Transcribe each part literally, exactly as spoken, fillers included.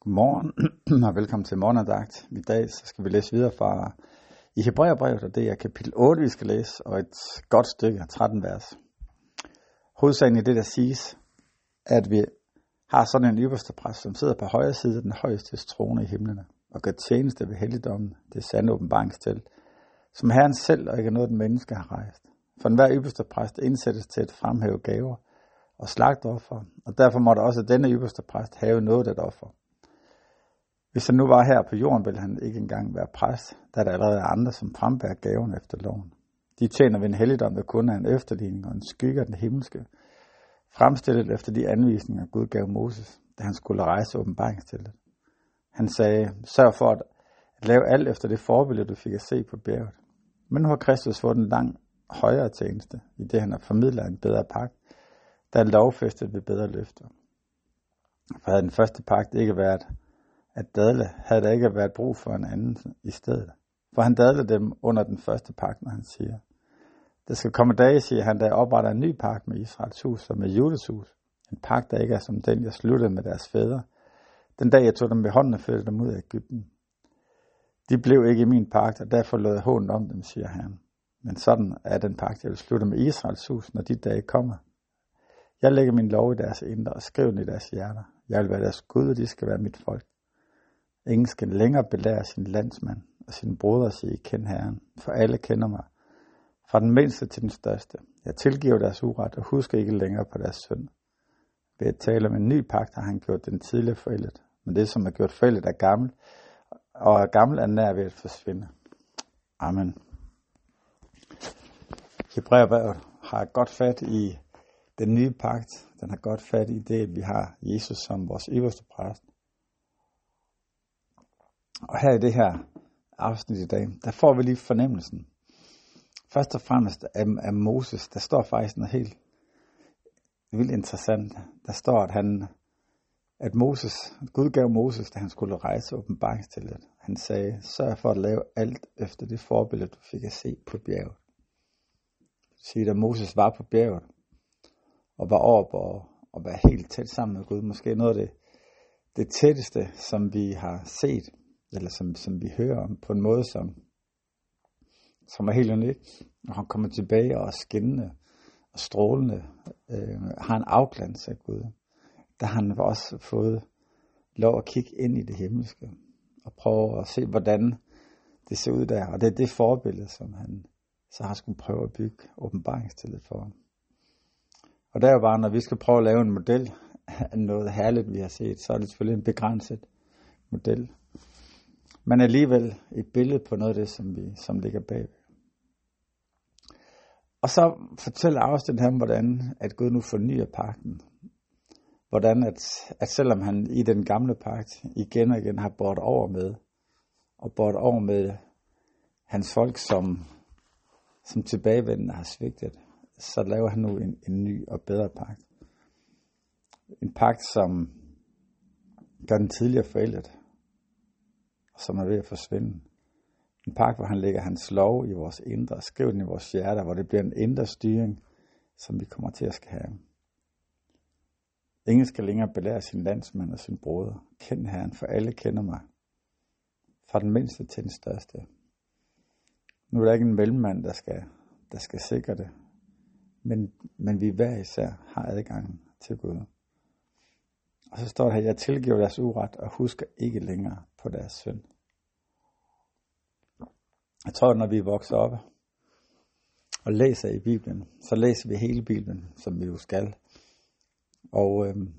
Godmorgen og velkommen til morgenandagt. I dag så skal vi læse videre fra i Hebræerbrevet, og det er kapitel otte, vi skal læse, og et godt stykke, tretten vers. Hovedsagen i det, der siges, at vi har sådan en ypperste præst, som sidder på højre side af den højeste trone i himlene, og gør tjeneste ved helligdommen, det sande åbenbaringstelt, som Herren selv og ikke noget, den menneske har rejst. For enhver ypperste præst indsættes til at fremhæve gaver og slagtoffer, og derfor måtte også denne ypperste præst have noget at ofre. Hvis han nu var her på jorden, ville han ikke engang være præst, da der allerede er andre, som frembærer gaven efter loven. De tjener ved en helligdom, der kun er en efterligning og en skygge af den himmelske, fremstillet efter de anvisninger, Gud gav Moses, da han skulle rejse åbenbaringsteltet. Han sagde, sørg for at lave alt efter det forbillede, du fik at se på bjerget. Men nu har Kristus fået en lang højere tjeneste, i det han har formidlet en bedre pagt, der er lovfæstet ved bedre løfter. For havde den første pagt ikke været at dadle, havde der ikke været brug for en anden i stedet. For han dadler dem under den første pagt, når han siger, der skal komme dage, siger han, der opretter en ny pagt med Israels hus og med Judas hus. En pagt, der ikke er som den, jeg sluttede med deres fædre. Den dag, jeg tog dem ved hånden og førte dem ud af Egypten. De blev ikke i min pagt, og derfor lod jeg hånden om dem, siger han. Men sådan er den pagt, jeg vil slutte med Israels hus, når de dage kommer. Jeg lægger min lov i deres indre og skriver den i deres hjerter. Jeg vil være deres Gud, og de skal være mit folk. Ingen skal længere belære sin landsmand og sine brødre sige, kend Herren, for alle kender mig. Fra den mindste til den største. Jeg tilgiver deres uret og husker ikke længere på deres synd. Ved at tale om en ny pagt har han gjort den tidligere forældet. Men det, som er gjort forældet, er gammel, og er gammel er nær ved at forsvinde. Amen. Hebræerbrevet har godt fat i den nye pagt. Den har godt fat i det, at vi har Jesus som vores øverste præst. Og her i det her afsnit i dag, der får vi lige fornemmelsen. Først og fremmest af, af Moses, der står faktisk noget helt vildt interessant. Der står, at, han, at Moses, Gud gav Moses, da han skulle rejse åbenbaringsteltet. Han sagde, sørg for at lave alt efter det forbillede, du fik at se på bjerget. Sige, da Moses var på bjerget, og var oppe og, og var helt tæt sammen med Gud. Måske noget af det, det tætteste, som vi har set, eller som, som vi hører om, på en måde, som, som er helt unik. Og han kommer tilbage og er skinnende og strålende, øh, har en afglans af Gud. Der har han også fået lov at kigge ind i det himmelske, og prøve at se, hvordan det ser ud der. Og det er det forbillede, som han så har skulle prøve at bygge åbenbaringsteltet for. Og der er jo bare, når vi skal prøve at lave en model af noget herligt, vi har set, så er det selvfølgelig en begrænset model. Men alligevel et billede på noget af det, som, vi, som ligger bag. Og så fortæller afsnittet ham, hvordan at Gud nu fornyer pagten. Hvordan at, at selvom han i den gamle pagt igen og igen har båret over med, og båret over med hans folk, som, som tilbagevendende har svigtet, så laver han nu en, en ny og bedre pagt. En pagt, som gør den tidligere forældet, som er ved at forsvinde. En pagt, hvor han lægger hans lov i vores indre, og skriver den i vores hjerter, hvor det bliver en indre styring, som vi kommer til at skal have. Ingen skal længere belære sin landsmand og sin broder. Kend Herren, for alle kender mig. Fra den mindste til den største. Nu er der ikke en mellemmand, der skal, der skal sikre det. Men, men vi hver især har adgang til Gud. Og så står der her, jeg tilgiver deres uret og husker ikke længere på deres synd. Jeg tror, når vi vokser op og læser i Bibelen, så læser vi hele Bibelen, som vi jo skal. Og øhm,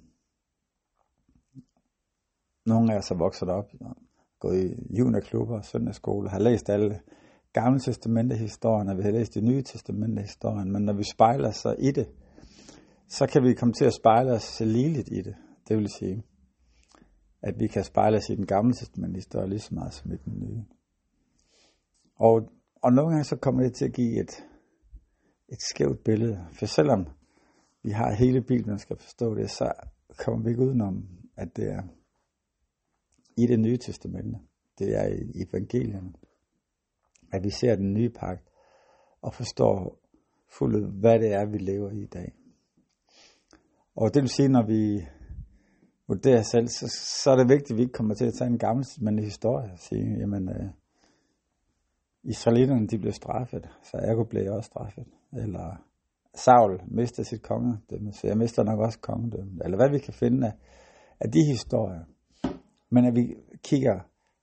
nogle af os har vokset op, gået i juniorklubber og søndagsskole, har læst alle Gamle Testamente-historien, og vi har læst det Nye Testamente-historien, men når vi spejler sig i det, så kan vi komme til at spejle os ligeligt i det. Det vil sige, at vi kan spejle os i den gamle testament-historie lige så meget som i den nye. Og, og nogle gange så kommer det til at give et, et skævt billede. For selvom vi har hele Bibelen, skal forstå det, så kommer vi ikke udenom, at det er i det nye testamente. Det er i evangelierne, at vi ser den nye pagt og forstår fuldt, hvad det er, vi lever i i dag. Og det vil sige, når vi vurdere selv, så, så er det vigtigt, at vi ikke kommer til at tage en gammel historie og sige, jamen, øh, israelitterne, de blev straffet, så ergo blev jeg også straffet. Eller Saul mistede sit kongedømme, så jeg mister nok også kongedømmet. Eller hvad vi kan finde af, af de historier. Men at vi kigger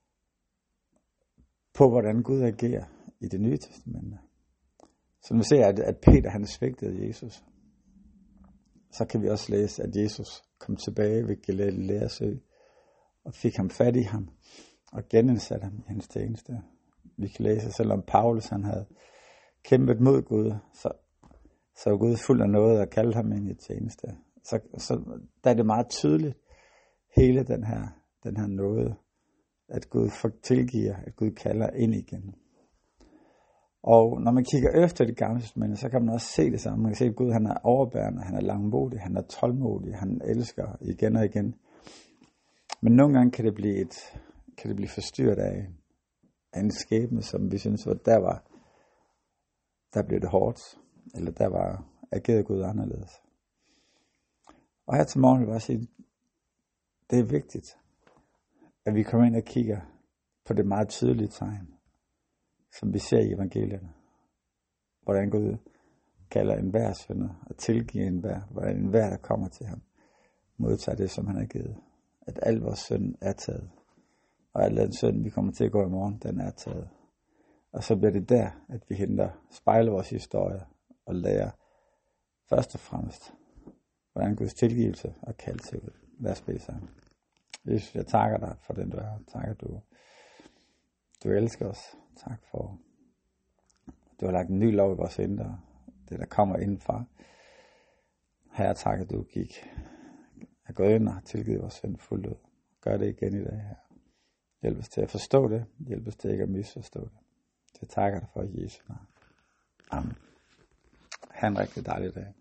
på, hvordan Gud agerer i Det Nye Testamente. Så når vi ser, at, at Peter han svigtede Jesus, så kan vi også læse, at Jesus kom tilbage ved Galileas sø og fik ham fat i ham og genindsatte ham i hans tjeneste. Vi kan læse, selvom Paulus han havde kæmpet mod Gud, så, så var Gud fuld af noget og kaldte ham ind i tjeneste. Så, så der er det meget tydeligt, hele den her, den her nåde, at Gud tilgiver, at Gud kalder ind igen. Og når man kigger efter det gamle testamente, så kan man også se det samme. Man kan se, at Gud han er overbærende, han er langmodig, han er tålmodig, han elsker igen og igen. Men nogle gange kan det blive, et, kan det blive forstyrret af, af en skæbne, som vi synes, at der var, der blev det hårdt, eller der var ageret Gud anderledes. Og her til morgen vil jeg bare sige, det er vigtigt, at vi kommer ind og kigger på det meget tydelige tegn, som vi ser i evangelierne. Hvordan Gud kalder enhver synder og tilgiver enhver, hvordan enhver, der kommer til ham, modtager det, som han har givet. At al vores synd er taget. Og al den synd, vi kommer til at gå i morgen, den er taget. Og så bliver det der, at vi henter, spejler vores historie og lærer først og fremmest, hvordan Guds tilgivelse og kald til ud. Lad os bede sammen. Jesus, jeg takker dig for den, du er. Takker du, du elsker os. Tak for, du har lagt en ny lov i vores indre. Det, der kommer indenfra. Herre, tak, at du gik. Er gået ind og har tilgivet vores synd fuldt ud. Gør det igen i dag, her. Hjælp os til at forstå det. Hjælp os til ikke at misforstå det. Det takker dig for, Jesus navn. Amen. Ha' en rigtig dejlig dag.